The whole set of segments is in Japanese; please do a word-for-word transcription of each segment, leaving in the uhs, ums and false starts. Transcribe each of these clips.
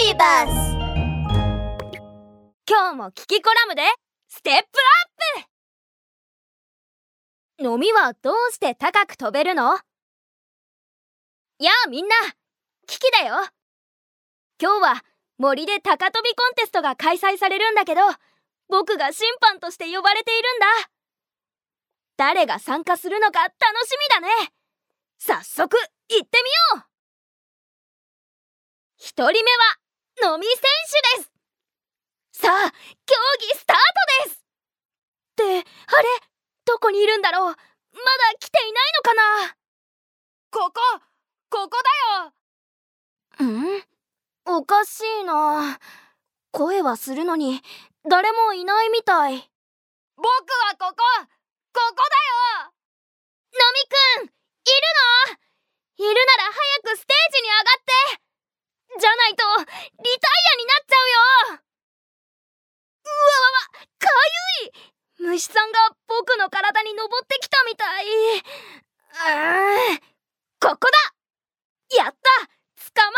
ビバス。 今日もキキコラムでステップアップ。のみはどうして高く飛べるの？やあみんな、キキだよ。今日は森で高跳びコンテストが開催されるんだけど、僕が審判として呼ばれているんだ。誰が参加するのか楽しみだね。早速行ってみよう。一人目はのみ選手です。さあ、競技スタートです。ってあれ、どこにいるんだろう。まだ来ていないのかな。 ここここだよ。 ん？おかしいな。声はするのに誰もいないみたい。 僕はここここだよ。 のみくん、いるの？いるなら早くステージに上がって。じゃないとリタイアになっちゃうよ。うわわわ、かゆい。虫さんが僕の体に登ってきたみたい。うーん、ここだ。やった、捕ま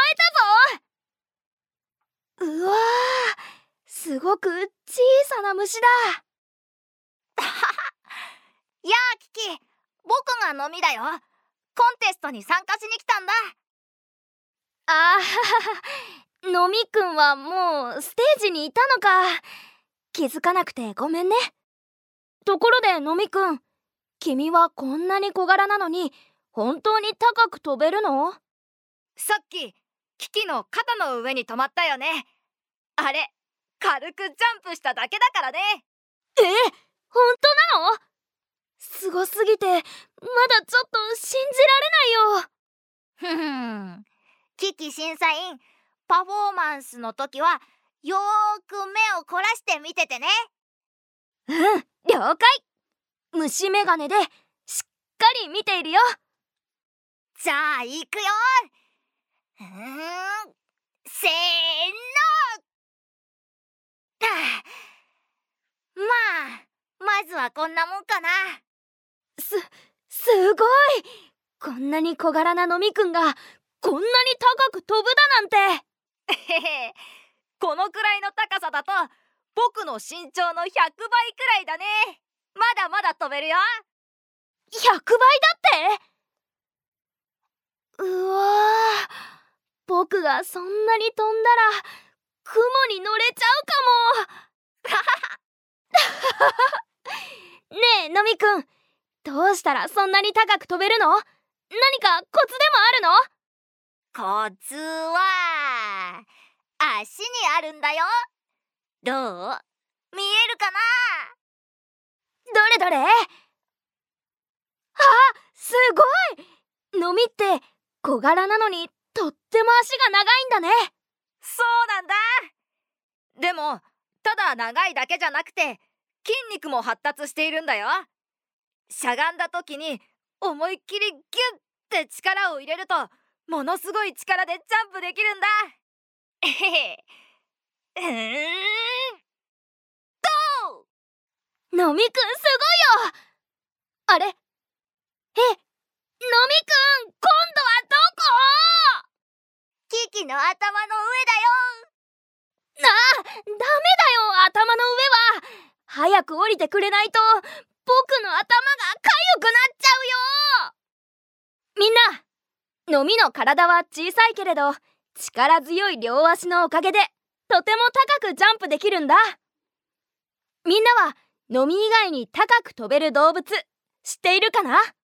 えたぞ。うわー、すごく小さな虫だ。 やあキキ、僕がのみだよ。コンテストに参加しに来たんだ。 あー、のみくんはもうステージにいたのか。気づかなくてごめんね。ところでのみくん、君はこんなに小柄なのに本当に高く飛べるの？ さっきキキの肩の上に止まったよね。あれ、軽くジャンプしただけだからね。 え、本当なの？すごすぎてまだちょっと信じられないよ。 ふふん、キキ審査員、パフォーマンスの時はよーく目を凝らして見ててね。 うん、了解。虫眼鏡でしっかり見ているよ。 じゃあ行くよ。うーん、せーの。はあ、まあまずはこんなもんかな。 す、すごい。こんなに小柄なのみくんがこんなに高く飛ぶだなんて。 へへ、このくらいの高さだと僕の身長のひゃくばいくらいだね。まだまだ飛べるよ。 ひゃくばいだって？うわー、僕がそんなに飛んだら雲に乗れちゃうかも。ねえのみくん、どうしたらそんなに高く飛べるの？何かコツでもあるの？ コツは足にあるんだよ。どう？見えるかな？ どれどれ？あ、すごい。のみって小柄なのにとっても足が長いんだね。 そうなんだ。でもただ長いだけじゃなくて筋肉も発達しているんだよ。しゃがんだ時に思いっきりギュッて力を入れるとものすごい力でジャンプできるんだ。えへへ。うーんとのみくんすごいよ。あれ？え、のみくん、今度はどこ？ キキの頭の上だよ。あ、ダメだよ、頭の上は。早く降りてくれないと僕の頭がかゆくなっちゃうよ。みんな、のみの体は小さいけれど力強い両足のおかげでとても高くジャンプできるんだ。みんなはのみ以外に高く飛べる動物知っているかな？